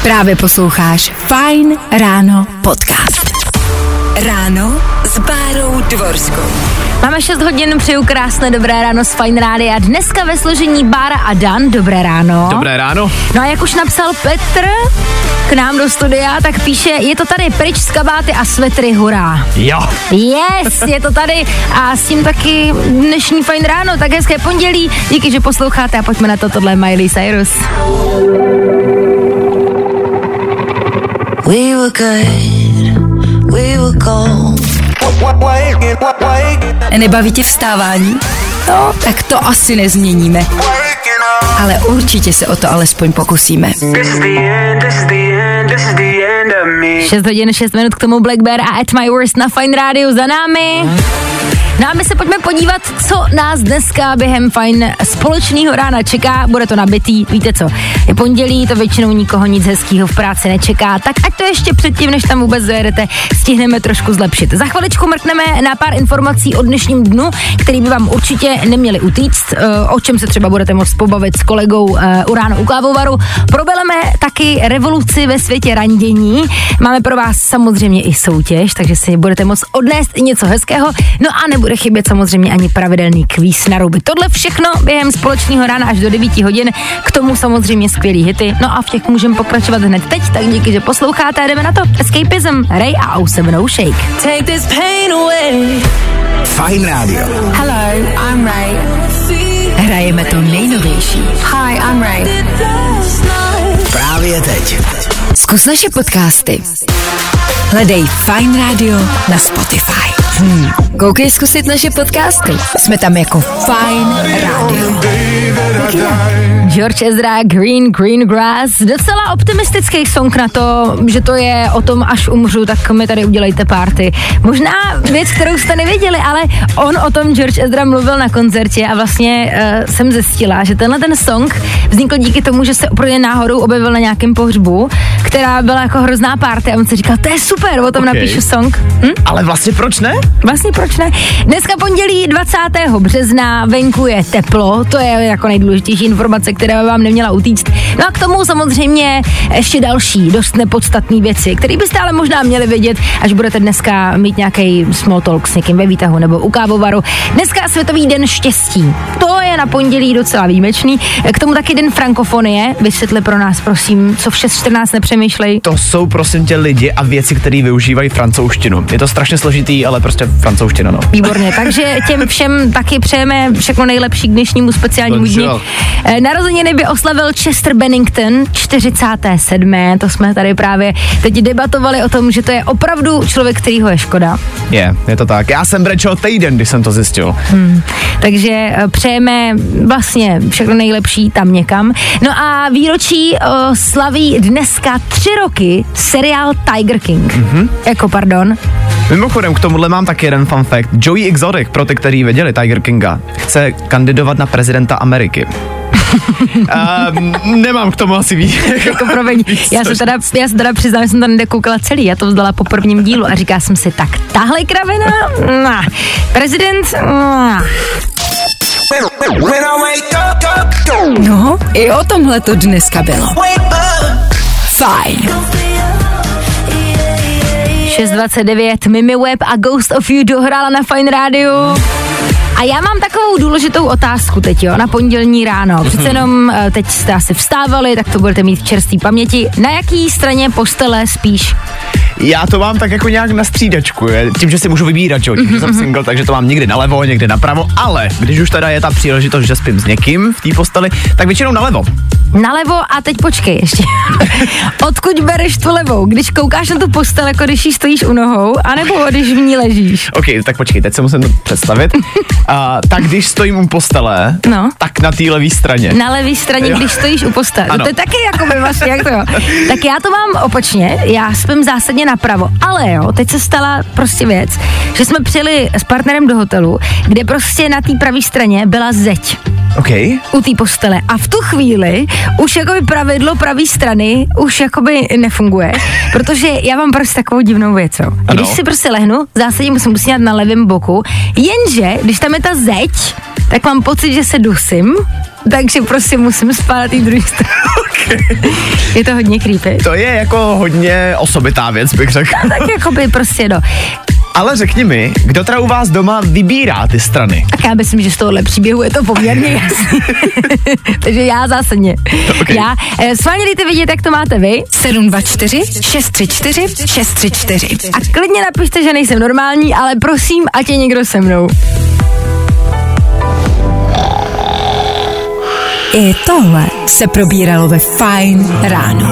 Právě posloucháš Fajn ráno podcast. Ráno s Bárou Dvorskou. Máme 6 hodin, přeju krásné dobré ráno z Fajn rádia. Dneska ve složení Bára a Dan, dobré ráno. Dobré ráno. No a jak už napsal Petr k nám do studia, tak píše, je to tady pryč z kabáty a svetry, hurá. Jo. Yes, je to tady a s tím taky dnešní Fajn ráno, tak hezké pondělí. Díky, že posloucháte a pojďme na to, tohle je Miley Cyrus. We were good, we were gold. Nebaví tě vstávání? No, tak to asi nezměníme. Ale určitě se o to alespoň pokusíme. 6 hodin, 6 minut k tomu Black Bear a At My Worst na Fajn rádiu za námi. No a my se pojďme podívat, co nás dneska během fajn společného rána čeká. Bude to nabitý, víte co, je pondělí, to většinou nikoho nic hezkýho v práci nečeká, tak ať to ještě předtím, než tam vůbec dojedete, stihneme trošku zlepšit. Za chviličku mrkneme na pár informací o dnešním dnu, který by vám určitě neměli utíct, o čem se třeba budete moct pobavit s kolegou u ráno u kávovaru. Probereme taky revoluci ve světě randění. Máme pro vás samozřejmě i soutěž, takže si budete moct odnést něco hezkého. No a nebude chybět samozřejmě ani pravidelný kvíz na ruby. Tohle všechno během společného rána až do 9 hodin. K tomu samozřejmě skvělý hity. No a v těch můžeme pokračovat hned teď, tak díky, že posloucháte a jdeme na to. Escapism, Ray a O7 Shake. Take this pain away. Fajn rádio. Hello, I'm Ray. Hrajeme to nejnovější. Hi, I'm Ray. Právě teď. Zkus naše podcasty. Hledej Fajn rádio na Spotify. Koukej zkusit naše podcasty. Jsme tam jako Fajn rádio. George Ezra, Green Grass. Docela optimistický song na to, že to je o tom, až umřu, tak mi tady udělejte party. Možná věc, kterou jste nevěděli, ale on o tom George Ezra mluvil na koncertě a vlastně jsem zjistila, že tenhle ten song vznikl díky tomu, že se úplně náhodou objevil na nějakém pohřbu, která byla jako hrozná party a on si říkal, to je super, o tom napíšu song. Ale vlastně proč ne? Vlastně proč ne? Dneska pondělí 20. března, venku je teplo, to je jako nejdůležitější informace, která vám neměla utíct. No a k tomu samozřejmě ještě další dost nepodstatné věci, které byste ale možná měli vědět, až budete dneska mít nějaký small talk s někým ve výtahu nebo u kávovaru. Dneska Světový den štěstí. To je na pondělí docela výjimečný. K tomu taky den frankofonie. Vysvětli pro nás, prosím, co v 6:14 nepřemýšlej. To jsou prosím tě lidi a věci, které využívají francouzštinu. Je to strašně složitý, ale prostě francouzština, no. Výborně, takže těm všem taky přejeme všechno nejlepší k dnešnímu speciálnímu dni. Narozeniny by oslavil Chester Bennington, 47. To jsme tady právě teď debatovali o tom, že to je opravdu člověk, kterýho je škoda. Je to tak. Já jsem brečel týden, když jsem to zjistil. Takže přejeme vlastně všechno nejlepší tam někam. No a výročí slaví dneska 3 roky seriál Tiger King. Jako pardon. Mimochodem, k tomuhle mám taky jeden fun fact. Joey Exotic, pro ty, který viděli Tiger Kinga, chce kandidovat na prezidenta Ameriky. Nemám k tomu asi víc. Jako promiň, já se teda přiznám, že jsem to nedokoukala celý, já to vzdala po prvním dílu a říká jsem si, tak tahle kravina, prezident, No, i o tomhle to dneska bylo. Fajn. 6:29, Mimi Webb a Ghost of You dohrála na Fajn rádiu. A já mám takovou důležitou otázku teď, jo, na pondělní ráno. Přece jenom teď jste asi vstávali, tak to budete mít v čerstvé paměti. Na jaký straně postele spíš? Já to mám tak jako nějak na střídačku, tím, že si můžu vybírat, tím, že jsem single, takže to mám někdy nalevo, někdy napravo, ale když už teda je ta příležitost, že spím s někým v té posteli, tak většinou nalevo. Nalevo a teď počkej ještě. Odkud bereš tu levou? Když koukáš na tu postel, jako když jí stojíš u nohou, anebo když v ní ležíš? OK, tak počkej, teď se musím to představit. Tak když stojím u postele, tak na té levé straně. Na levé straně, když stojíš u postele. To je taky jako by vlastně, jak to jo. Tak já to mám opačně, já spím zásadně napravo, ale jo, teď se stala prostě věc, že jsme přijeli s partnerem do hotelu, kde prostě na té pravé straně byla zeď. Okay. U té postele. A v tu chvíli už jakoby pravidlo pravé strany už jakoby nefunguje, protože já mám prostě takovou divnou věc, jo. Když si prostě lehnu, v zásadě musím usínat na levém boku, jenže když tam je ta zeď, tak mám pocit, že se dusím, takže prostě musím spát na té druhé straně. Je to hodně creepy. To je jako hodně osobitá věc, bych řekl. Tak jako by prostě Ale řekni mi, kdo teda u vás doma vybírá ty strany? Tak já myslím, že z tohohle příběhu je to poměrně jasný. Takže já zásadně. Okay. Já. S vámi dejte vidět, jak to máte vy. 724 634 634. A klidně napište, že nejsem normální, ale prosím, ať je někdo se mnou. I tohle se probíralo ve Fajn ráno.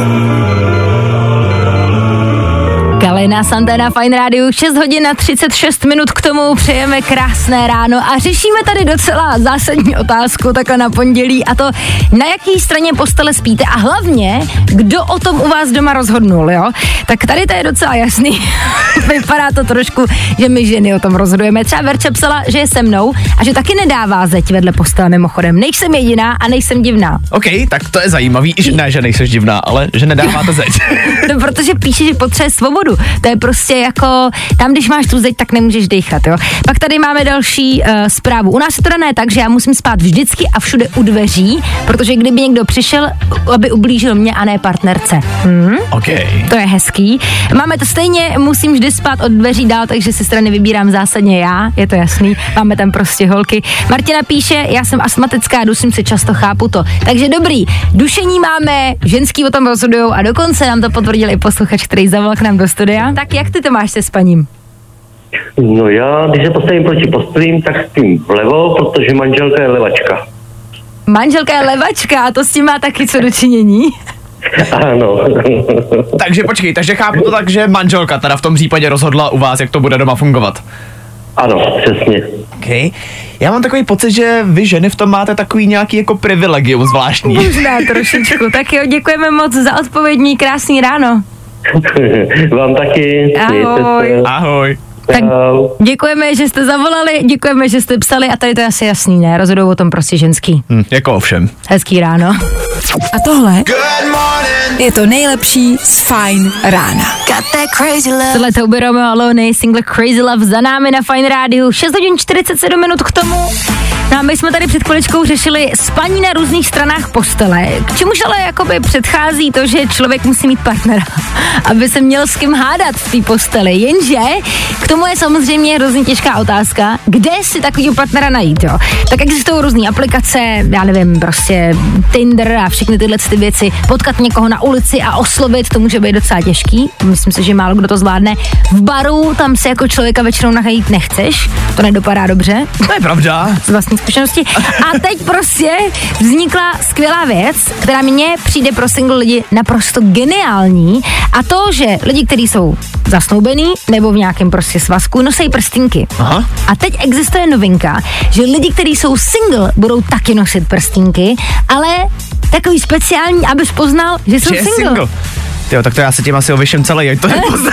Kalina Santana, Fajn rádiu, 6 hodin a 36 minut k tomu, přejeme krásné ráno a řešíme tady docela zásadní otázku takhle na pondělí, a to na jaký straně postele spíte a hlavně, kdo o tom u vás doma rozhodnul, jo? Tak tady to je docela jasný. Vypadá to trošku, že my ženy o tom rozhodujeme. Třeba Verča psala, že je se mnou a že taky nedává zeď vedle postele mimochodem. Nejsem jediná a nejsem divná. OK, tak to je zajímavý. Ne, že nejseš divná, ale že nedáváte zeď. No, protože píše, že potřebuje svobodu. To je prostě jako, tam když máš tu zeď, tak nemůžeš dýchat, jo. Pak tady máme další zprávu. U nás je to dané tak, že já musím spát vždycky a všude u dveří, protože kdyby někdo přišel, aby ublížil mě a ne partnerce. Okay. To je hezký. Máme to stejně, musím vždy spát od dveří dál, takže si strany vybírám zásadně já, je to jasný. Máme tam prostě holky. Martina píše, já jsem astmatická, dusím se často, chápu to. Takže dobrý, dušení máme, ženský o tom rozhodujou a dokonce nám to potvrdil i posluchač, který zavolal k nám do studia. Tak jak ty to máš se spaním? No já, když se postavím proti postelím, tak spím vlevo, protože manželka je levačka. Manželka je levačka a to s tím má taky co dočinění? Ano. Takže počkej, takže chápu to tak, že manželka teda v tom případě rozhodla u vás, jak to bude doma fungovat. Ano, přesně. OK. Já mám takový pocit, že vy ženy v tom máte takový nějaký jako privilegium zvláštní. Možná trošičku. Tak jo, děkujeme moc za odpovědní, krásný ráno. Vám taky. Ahoj. Ahoj. Tak děkujeme, že jste zavolali, děkujeme, že jste psali a tady to je asi jasný, ne? Rozhodou o tom prostě ženský. Jako ovšem. Hezký ráno. A tohle je to nejlepší z Fajn rána. Tohle to by Romeo Alone, single Crazy Love za námi na Fajn rádiu. 6 hodin 47 minut k tomu. No a my jsme tady před chviličkou řešili spaní na různých stranách postele, k čemuž ale jakoby předchází to, že člověk musí mít partnera, aby se měl s kým hádat v té posteli. Jenže k tomu je samozřejmě hrozně těžká otázka, kde si takovýho partnera najít, jo. Tak existují různé aplikace, já nevím, prostě Tinder a všechny tyhle ty věci, potkat někoho na ulici a oslovit, to může být docela těžký, myslím si, že málo kdo to zvládne. V baru tam si jako člověka většinou najít nechceš, to nedopadá dobře. To je pravda. Z vlastní zkušenosti. A teď prostě vznikla skvělá věc, která mně přijde pro single lidi naprosto geniální, a to, že lidi, kteří jsou zasnoubení nebo v nějakém prostě svazku, nosí prstínky. Aha. A teď existuje novinka, že lidi, kteří jsou single, budou taky nosit prstínky, ale takový speciální, abys poznal, že jsou single. Tyjo, tak to já se tím asi ověším celý, jak to nepoznat.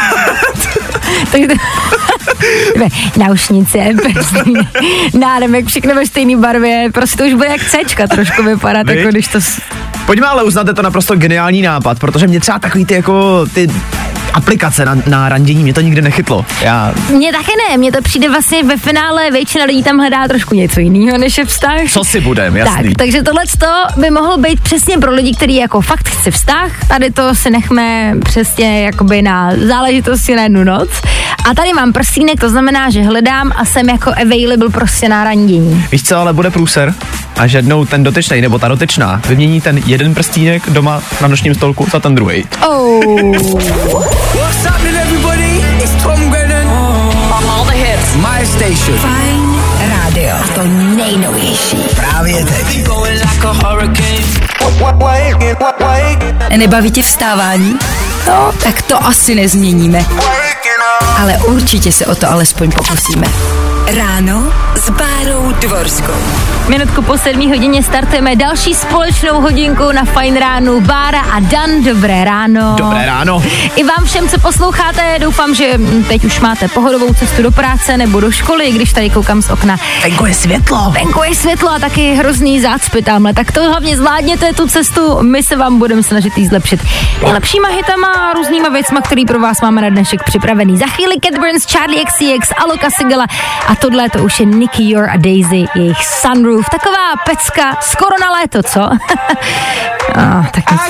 Náušnice, prstýny, náramek, všechno ve stejné barvě, prostě to už bude jak Cčka trošku vypadat, jako když to... Pojďme ale uznat, je to naprosto geniální nápad, protože mě třeba takový ty jako ty aplikace na randění, mě to nikdy nechytlo. Mně taky ne, mně to přijde vlastně ve finále, většina lidí tam hledá trošku něco jiného, než je vztah. Co si budem, jasný. Tak, takže tohleto by mohlo být přesně pro lidi, kteří jako fakt chce vztah, tady to si nechme přesně jakoby na záležitosti na jednu noc. A tady mám prstínek, to znamená, že hledám a jsem jako available prostě na randění. Víš co, ale bude průser, až jednou ten dotyčnej nebo ta dotyčná vymění ten jeden prstínek doma na nočním stolku za ten druhý. What's happening, everybody? It's Tom Grennan. All the hits. My station. Fajn rádio. A to nejnovější. Právě teď. Nebaví tě vstávání? No, tak to asi nezměníme. Ale určitě se o to alespoň pokusíme. Ráno s Bárou Dvorskou. Minutku po 7 hodině startujeme další společnou hodinku na Fajn ránu. Bára a Dan, dobré ráno. Dobré ráno. I vám všem, co posloucháte, doufám, že teď už máte pohodovou cestu do práce nebo do školy, když tady koukám z okna. Venku je světlo. Venku je světlo a taky hrozný zácpy tamhle. Tak to hlavně zvládněte tu cestu, my se vám budeme snažit jí zlepšit nejlepšíma hitama a různýma věcma, který pro vás máme na dnešek připravený. Za chvíli Cat Burns, Charlie XCX, Aloka Sigala a tohle to už je Nicky Yor a Daisy, jejich Sunroof. Taková pecka, skoro na léto, co? Tak nic.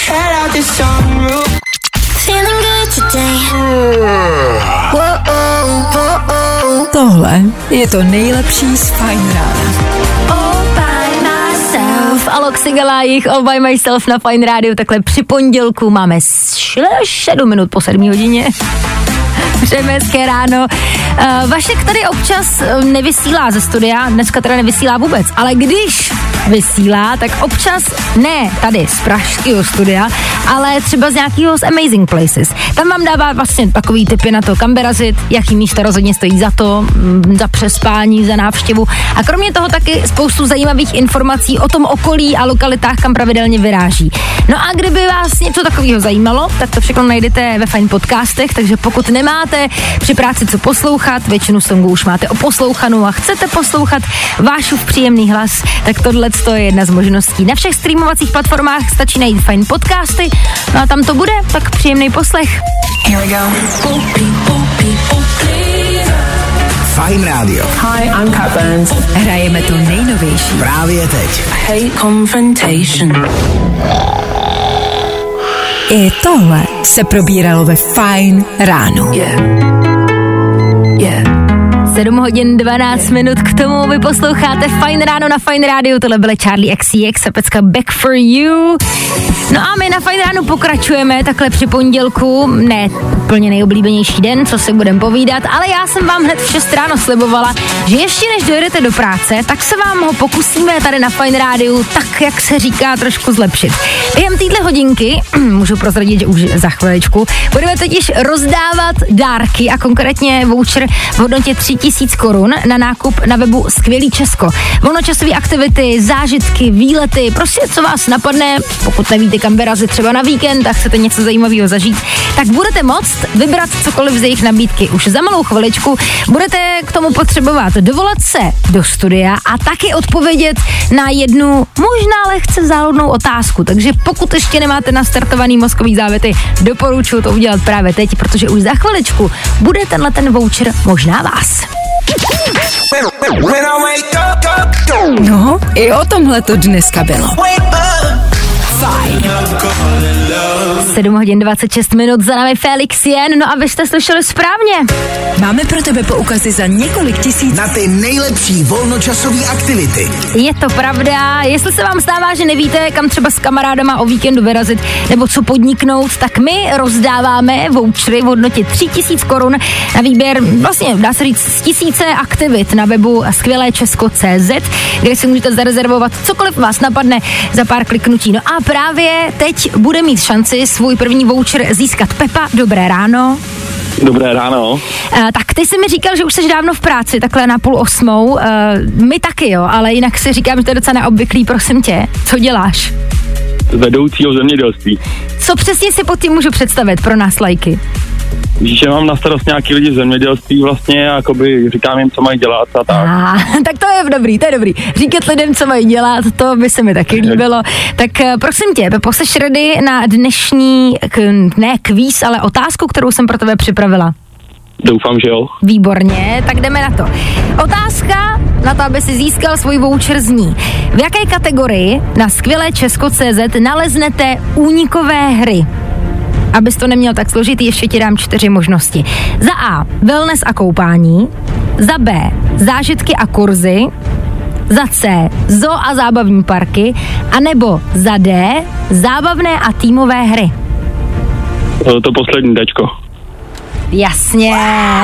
Tohle je to nejlepší z Fajn rána. Alok Sigala, jich All by Myself na Fajn rádiu, takhle při pondělku máme 7 minut po 7 hodině. Přejeme hezké ráno. Vašek tady občas nevysílá ze studia, dneska teda nevysílá vůbec, ale když vysílá, tak občas ne tady z pražského studia, ale třeba z nějakého z Amazing Places. Tam vám dává vlastně takový tipy na to, kam vyrazit, jaký místa rozhodně stojí za to, za přespání, za návštěvu. A kromě toho taky spoustu zajímavých informací o tom okolí a lokalitách, kam pravidelně vyráží. No a kdyby vás něco takového zajímalo, tak to všechno najdete ve Fajn podcastech, takže pokud nemáte při práci co poslouchat, většinu songů už máte oposlouchanou a chcete poslouchat vášův příjemný hlas, tak tohle je jedna z možností. Na všech streamovacích platformách stačí najít Fajn podcasty, no a tam to bude, tak příjemný poslech. Here we go. Fajn rádio. Hi, I'm Kat Burns. Hrajeme to nejnovější. Právě teď. Hate confrontation. I tohle se probíralo ve Fajn ráno. Yeah. 7 hodin 12 minut k tomu vy posloucháte Fajn ráno na Fajn rádiu, tohle byly Charlie XCX a pecka Back for You. No a my na Fajn ránu pokračujeme takhle při pondělku, ne úplně nejoblíbenější den, co si budeme povídat, ale já jsem vám hned v 6 ráno slibovala, že ještě než dojedete do práce, tak se vám ho pokusíme tady na Fajn rádiu tak, jak se říká, trošku zlepšit. Během téhle hodinky, můžu prozradit, že už za chviličku, budeme totiž rozdávat dárky a konkrétně voucher v hodnotě 3000 korun na nákup na webu Skvělý Česko. Volnočasové aktivity, zážitky, výlety, prostě co vás napadne, pokud nevíte kam vyrazit třeba na víkend a chcete něco zajímavého zažít, tak budete moct vybrat cokoliv z jejich nabídky. Už za malou chviličku budete k tomu potřebovat dovolat se do studia a taky odpovědět na jednu možná lehce záludnou otázku. Takže pokud ještě nemáte nastartovaný mozkový závity, doporučuji to udělat právě teď, protože už za chviličku bude ten voucher možná vás. No, i o tomhle to dneska bylo. Fajn. 7 hodin 26 minut, za námi Felix Jen, no a vy jste slyšeli správně. Máme pro tebe poukazy za několik tisíc Na ty nejlepší volnočasové aktivity. Je to pravda, jestli se vám stává, že nevíte, kam třeba s kamarádama o víkendu vyrazit nebo co podniknout, tak my rozdáváme vouchery v hodnotě 3000 korun na výběr, vlastně dá se říct, z 1000 aktivit na webu skvěléčesko.cz, kde si můžete zarezervovat cokoliv vás napadne za pár kliknutí. No a právě teď bude mít šanci svůj první voucher získat Pepa. Dobré ráno. Dobré ráno. Tak ty jsi mi říkal, že už jsi dávno v práci, takhle na 7:30. My taky jo, ale jinak si říkám, že to je docela neobvyklý, prosím tě. Co děláš? Vedoucího zemědělství. Co přesně si pod tím můžu představit pro nás lajky? Víš, že mám na starost nějaký lidi v zemědělství vlastně, jakoby říkám jim, co mají dělat a tak. Tak to je dobrý. Říkat lidem, co mají dělat, to by se mi taky líbilo. Tak prosím tě, Pepo, seš ready na dnešní, ne kvíz, ale otázku, kterou jsem pro tebe připravila? Doufám, že jo. Výborně, tak jdeme na to. Otázka na to, aby si získal svůj voucher zní. V jaké kategorii na skvěléčesko.cz naleznete únikové hry? Abys to neměl tak složitý, ještě ti dám 4 možnosti. Za A. Wellness a koupání. Za B. Zážitky a kurzy. Za C. Zoo a zábavní parky. A nebo za D. Zábavné a týmové hry. To poslední Dčko. Jasně.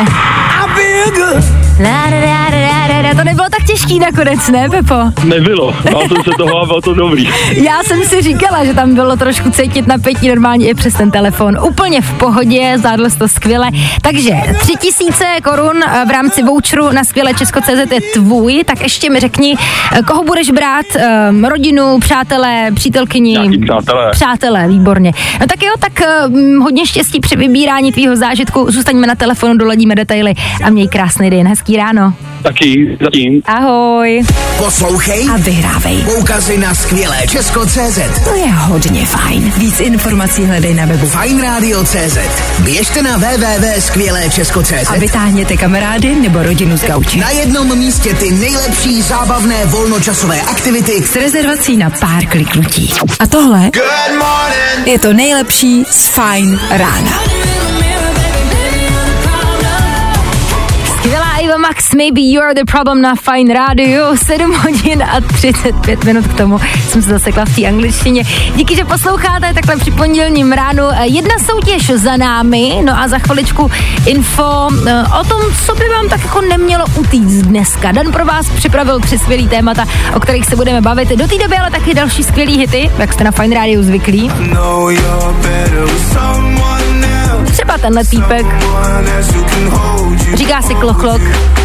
To nebylo tak těžký nakonec, ne, Pepo? Nebylo, dal jsem se toho a bylo to dobrý. Já jsem si říkala, že tam bylo trošku cítit napětí normálně i přes ten telefon. Úplně v pohodě, zvládl jsi to skvěle. Takže 3000 korun v rámci voucheru na skvěléčesko.cz je tvůj, tak ještě mi řekni, koho budeš brát, rodinu, přátelé, přítelkyni? Nějaký přátelé. Přátelé, výborně. No tak jo, tak hodně štěstí při vybírání tvýho zážitku, zůstaňme na telefonu, doladíme detaily a měj krásný den, hezký ráno. Taky zatím. Ahoj. Poslouchej A vyhrávej. poukazy na skvělé Česko.cz. To je hodně fajn. Víc informací hledej na webu Fajnradio.cz. Běžte na www.skvěléčesko.cz a vytáhněte kamarády nebo rodinu z gauče. Na jednom místě ty nejlepší zábavné volnočasové aktivity S rezervací na pár kliknutí. A tohle je to nejlepší z Fajn rána. Skvělá Eva Max, Maybe You're the Problem na Fine Radio, 7 hodin a 35 minut k tomu jsem se zasekla v té angličtině. Díky, že posloucháte takhle při pondělním ránu. Jedna soutěž za námi, no a za chviličku info o tom, co by vám tak jako nemělo utíct dneska. Dan pro vás připravil 3 skvělý témata, o kterých se budeme bavit. Do té doby ale taky další skvělý hity, jak jste na Fine Radio zvyklí. Třeba tenhle týpek. Říká si Klochlok.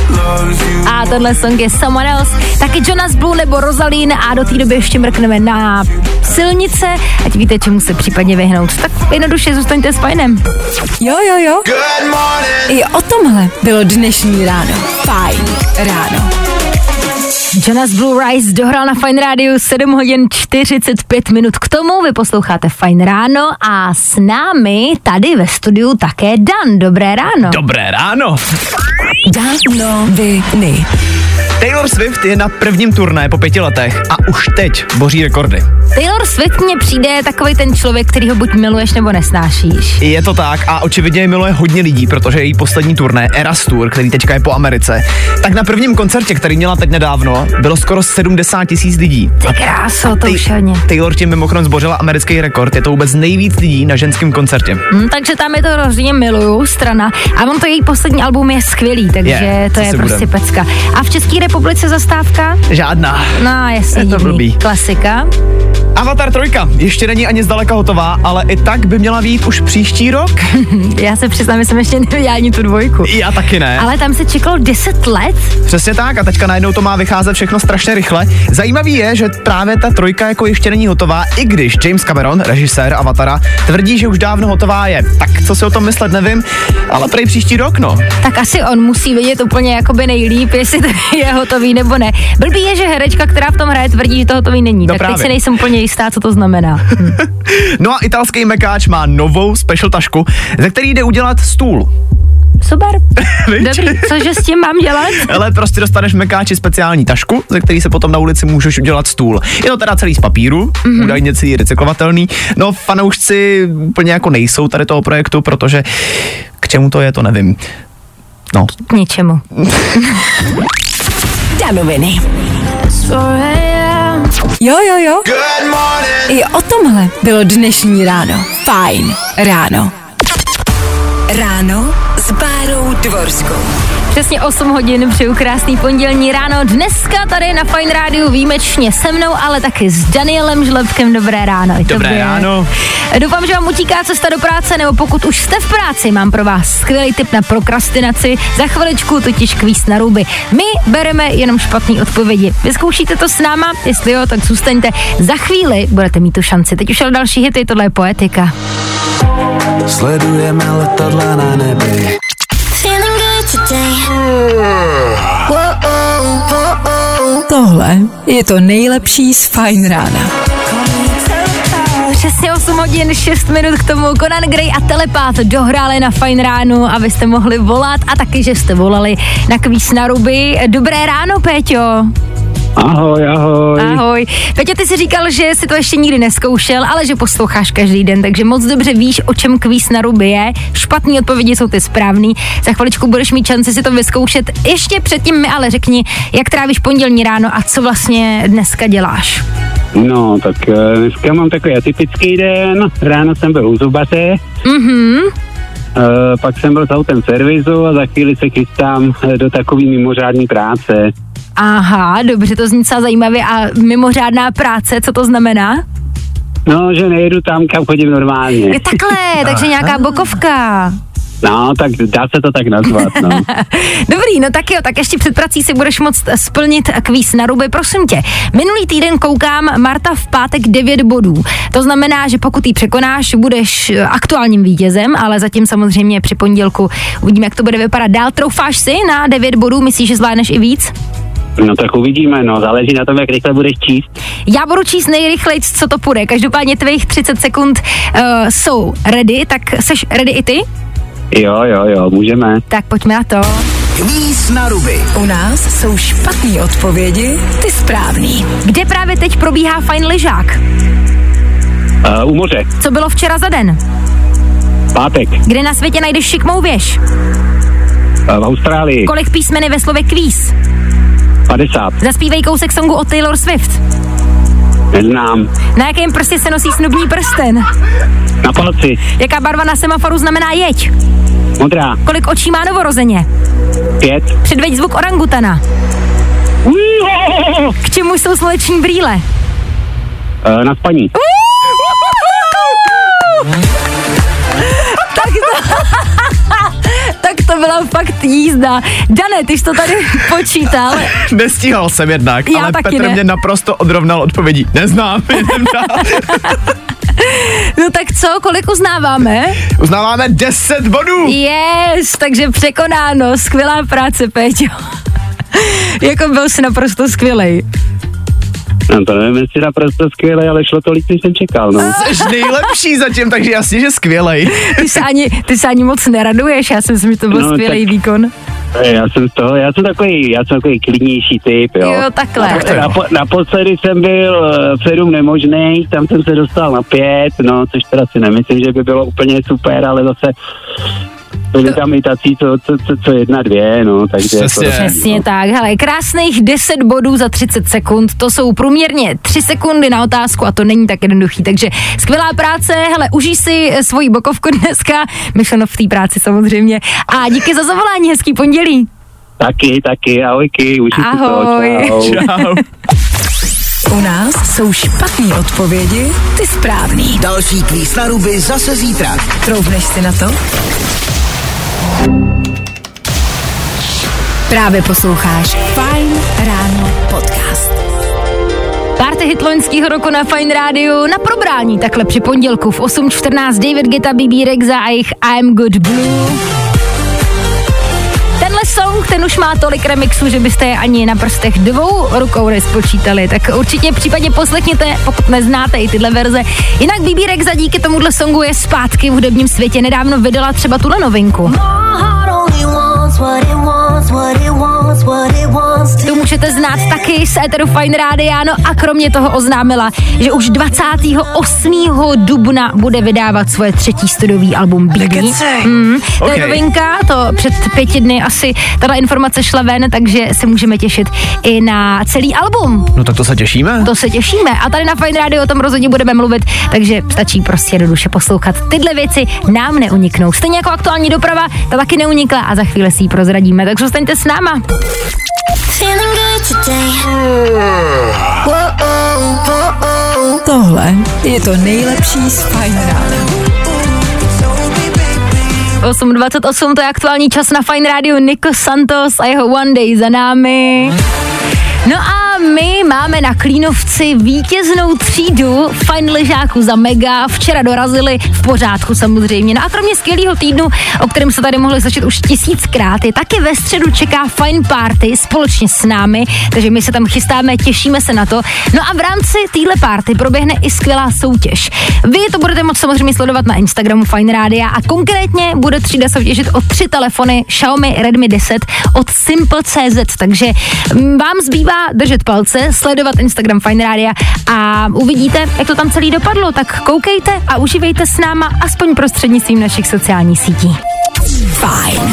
A tenhle song je Someone Else. Taky Jonas Blue nebo Rosaline a do té doby ještě mrkneme na silnice, ať víte, čemu se případně vyhnout. Tak jednoduše zůstaňte s Fajnem. Jo. I o tomhle bylo dnešní ráno. Fajn ráno. Jonas Blue Rise dohrál na Fine Radio 7 hodin 45 minut k tomu. Vy posloucháte Fine ráno a s námi tady ve studiu také Dan. Dobré ráno. Dobré ráno. Danoviny. Taylor Swift je na prvním turné po 5 letech a už teď boří rekordy. Taylor Swift mně přijde takovej ten člověk, který ho buď miluješ nebo nesnášíš. Je to tak a očividně je miluje hodně lidí, protože její poslední turné Eras Tour, který teďka je po Americe, tak na prvním koncertě, který měla teď nedávno, bylo skoro 70 000 lidí. Ty kráso, to už hodně. Taylor tím mimochodem zbořila americký rekord, je to vůbec nejvíc lidí na ženském koncertě. Takže tam je to hrozně miluju strana a on to její poslední album je skvělý, takže to je prostě pecka. A v České republice zastávka? Žádná. No jasně, je to blbý. Klasika. Avatar 3 ještě není ani zdaleka hotová, ale i tak by měla být už příští rok. Já se přiznám, že jsem ještě neviděla ani tu 2. Já taky ne. Ale tam se čekalo 10 let. Přesně tak a teďka najednou to má vycházet všechno strašně rychle. Zajímavý je, že právě ta 3 jako ještě není hotová, i když James Cameron, režisér Avatara, tvrdí, že už dávno hotová je. Tak co si o tom myslet, nevím, ale prej příští rok, no. Tak asi on musí vědět úplně jakoby nejlíp, jestli to je hotový nebo ne. Blbý je, že herečka, která v tom hraje, tvrdí, že to hotový není. No tak právě. teď si nejsem úplně jistá, co to znamená. No a italský mekáč má novou special tašku, ze který jde udělat stůl. Super. Dobrý, cože s tím mám dělat? Ale prostě dostaneš mekáči speciální tašku, ze který se potom na ulici můžeš udělat stůl. Je to teda celý z papíru, údajně celý recyklovatelný. No fanoušci úplně jako nejsou tady toho projektu, protože k čemu to je, to nevím. No. K ničemu. Danoviny. Jo. I o tomhle bylo dnešní ráno. Fajn ráno. Ráno s Bárou Dvorskou. Přesně 8 hodin, přeju krásný pondělní ráno. Dneska tady na Fine Rádiu výjimečně se mnou, ale taky s Danielem Žlebkem. Dobré ráno. Dobré ráno. Doufám, že vám utíká cesta do práce, nebo pokud už jste v práci, mám pro vás skvělý tip na prokrastinaci. Za chviličku totiž kvíz na ruby. My bereme jenom špatné odpovědi. Vyzkoušíte to s náma? Jestli jo, tak zůstaňte. Za chvíli budete mít tu šanci. Teď už je další hity, tohle je Poetika. Sledujeme letadla na nebi. Tohle je to nejlepší z Fajn rána. Přesně 8 hodin, 6 minut k tomu. Conan Gray a Telepát dohráli na Fajn ránu, abyste mohli volat a taky, že jste volali na kvíz na ruby. Dobré ráno, Péťo. Ahoj. Ahoj. Peťo, ty jsi říkal, že si to ještě nikdy neskoušel, ale že posloucháš každý den, takže moc dobře víš, o čem kvíz na ruby je. Špatný odpovědi jsou ty správný. Za chviličku budeš mít šanci si to vyzkoušet. Ještě předtím mi ale řekni, jak trávíš pondělní ráno a co vlastně dneska děláš. No, tak dneska mám takový atypický den. Ráno jsem byl u zubaře. Pak jsem byl s autem v servisu a za chvíli se chystám do takový mimořádný práce. Aha, dobře, to zní docela zajímavě. A mimořádná práce, co to znamená? No, že nejedu tam, kam chodím normálně. Je takhle, takže nějaká bokovka. No, tak dá se to tak nazvat, no. Dobrý, no tak jo, tak ještě před prací si budeš moct splnit kvíz na ruby, prosím tě. Minulý týden koukám, Marta v pátek 9 bodů. To znamená, že pokud jí překonáš, budeš aktuálním vítězem, ale zatím samozřejmě při pondělku uvidíme, jak to bude vypadat dál. Troufáš si na 9 bodů, myslíš, že zvládneš i víc? No tak uvidíme, no, záleží na tom, jak rychle budeš číst. Já budu číst nejrychleji, co to půjde. Každopádně tvých 30 sekund jsou ready, tak seš ready i ty? Jo, můžeme. Tak pojďme na to. Kvíz na ruby. U nás jsou špatné odpovědi, ty správný. Kde právě teď probíhá fajn lyžák? U moře. Co bylo včera za den? Pátek. Kde na světě najdeš šikmou věž? V Austrálii. Kolik písmen je ve slově kvíz? 50. Zaspívej kousek songu od Taylor Swift. Neznám. Na jakém prstě se nosí snubní prsten? Na palci. Jaká barva na semaforu znamená jeď? Modrá. Kolik očí má novorozeně? 5. Předveď zvuk orangutana. K čemu jsou sluneční brýle? Na spaní. Tak to byla fakt jízda. Dane, ty jsi to tady počítal. Nestíhal jsem jednak, Já ale taky Petr ne. mě naprosto odrovnal odpovědí. Neznám. No tak co, kolik uznáváme? Uznáváme 10 bodů. Yes, takže překonáno. Skvělá práce, Péťo. Jako byl jsi naprosto skvělej. No to nevím, jestli naprosto skvělé, ale šlo to líp, než jsem čekal, no. Jsi nejlepší zatím, takže jasně, že skvělej. Ty se ani moc neraduješ, já si myslím, že to byl skvělej výkon. Já jsem takový klidnější typ, jo. Jo, takhle. Naposledy jsem byl 7 nemožných, tam jsem se dostal na 5, no, což teda si nemyslím, že by bylo úplně super, ale zase byli tam i tací, co 1, 2, no, takže... Přesně tak, hele, krásných 10 bodů za 30 sekund, to jsou průměrně 3 sekundy na otázku a to není tak jednoduchý, takže skvělá práce, hele, užij si svoji bokovku dneska, myšleno v té práci samozřejmě, a díky za zavolání, hezký pondělí. Taky, ahojky, užij si to, Čau. U nás jsou špatné odpovědi, ty správný. Další kvíz na ruby zase zítra. Troufneš si na to? Právě posloucháš Fajn ráno podcast. Party hit loňského roku na Fajn rádiu na probrání, takhle při pondělku v 8:14 David Guetta, BB Rexha a jejich I'm Good Blue. Tenhle song, ten už má tolik remixů, že byste je ani na prstech 2 rukou nespočítali, tak určitě případně poslechněte, pokud neznáte i tyhle verze. Jinak BB Rexha díky tomuhle songu je zpátky v hudebním světě, nedávno vydala třeba tuhle novinku. Tu můžete znát taky z éteru Fajn rádia, no a kromě toho oznámila, že už 28. dubna bude vydávat svoje 3. studiový album BB. To je novinka, to před 5 dny asi tato informace šla ven, takže se můžeme těšit i na celý album. No tak to se těšíme. To se těšíme a tady na Fajn rádiu o tom rozhodně budeme mluvit, takže stačí prostě do duše poslouchat. Tyhle věci nám neuniknou. Stejně jako aktuální doprava, ta taky neunikla a za chvíli si ji prozradíme, takže zůstaňte s náma. Tohle je to nejlepší z Fajn rána. 8:28, to je aktuální čas na Fajn rádiu. Nico Santos a jeho One Day za námi. No a my máme na Klínovci vítěznou třídu Fajn lyžáků za mega. Včera dorazili v pořádku samozřejmě. No a kromě skvělého týdnu, o kterém se tady mohli slyšet už 1000krát, je taky ve středu čeká Fajn party společně s námi, takže my se tam chystáme, těšíme se na to. No a v rámci téhle party proběhne i skvělá soutěž. Vy to budete moct samozřejmě sledovat na Instagramu Fajn rádia a konkrétně bude třída soutěžit o 3 telefony Xiaomi Redmi 10 od Simple.cz, takže vám zbývá držet palce, sledovat Instagram Fajn rádia a uvidíte, jak to tam celý dopadlo, tak koukejte a užívejte s náma aspoň prostřednictvím našich sociálních sítí. Fajn.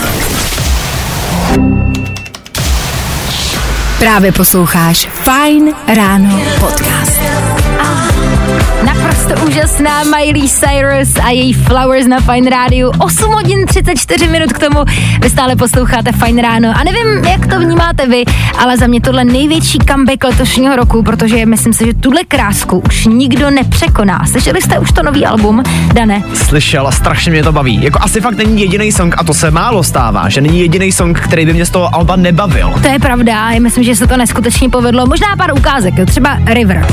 Právě posloucháš Fajn ráno podcast. Naprosto úžasná Miley Cyrus a její Flowers na Fajn rádiu. 8 hodin 34 minut k tomu. Vy stále posloucháte Fajn ráno. A nevím, jak to vnímáte vy, ale za mě tohle největší comeback letošního roku, protože myslím si, že tuhle krásku už nikdo nepřekoná. Slyšeli jste už to nový album, Dane? Slyšel a strašně mě to baví. Jako asi fakt není jediný song, a to se málo stává, že není jediný song, který by mě z toho alba nebavil. To je pravda, já myslím, že se to neskutečně povedlo. Možná pár ukázek, jo? Třeba River.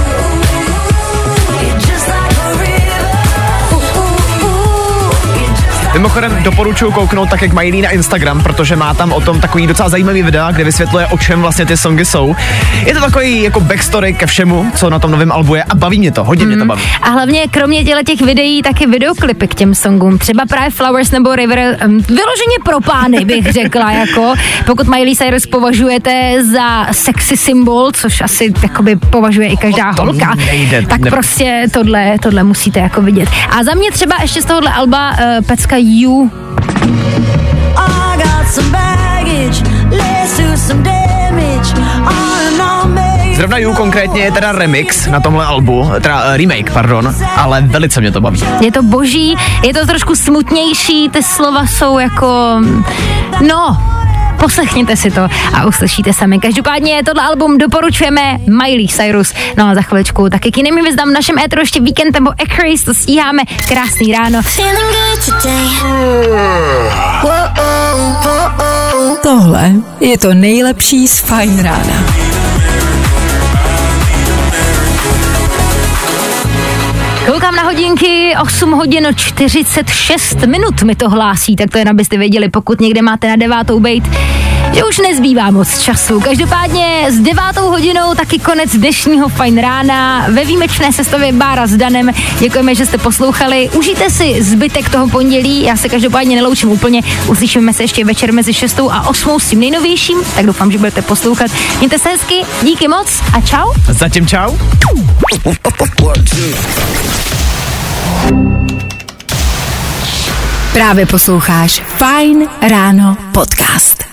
Mimochodem doporučuji kouknout tak, jak Miley na Instagram, protože má tam o tom takový docela zajímavý videa, kde vysvětluje, o čem vlastně ty songy jsou. Je to takový jako backstory ke všemu, co na tom novém albu je a baví mě to, hodně mě to baví. A hlavně kromě těch videí taky videoklipy k těm songům, třeba právě Flowers nebo River, vyloženě pro pány bych řekla, jako pokud Miley Cyrus považujete za sexy symbol, což asi jakoby považuje i každá holka, tak prostě tohle musíte jako vidět. A za mě třeba ještě z tohohle alba pecka You. Zrovna You konkrétně je teda remix na tomhle albu, teda remake, pardon, ale velice mě to baví. Je to boží, je to trošku smutnější, ty slova jsou jako, poslechněte si to a uslyšíte sami. Každopádně tohle album doporučujeme Miley Cyrus. No a za chviličku taky k jiným hvězdám v našem éteru ještě Weekend nebo Acraze, to stíháme. Krásný ráno. Tohle je to nejlepší z Fajn rána. Koukám na hodinky, 8 hodin 46 minut mi to hlásí, tak to jen abyste věděli, pokud někde máte na 9. bejt, že už nezbývá moc času. Každopádně s 9. hodinou taky konec dnešního Fajn rána ve výjimečné sestavě Bára s Danem. Děkujeme, že jste poslouchali. Užijte si zbytek toho pondělí, já se každopádně neloučím úplně, uslyšíme se ještě večer mezi 6 a 8 s tím nejnovějším, tak doufám, že budete poslouchat. Mějte se hezky, díky moc a čau. Zatím čau. Právě posloucháš Fajn ráno podcast.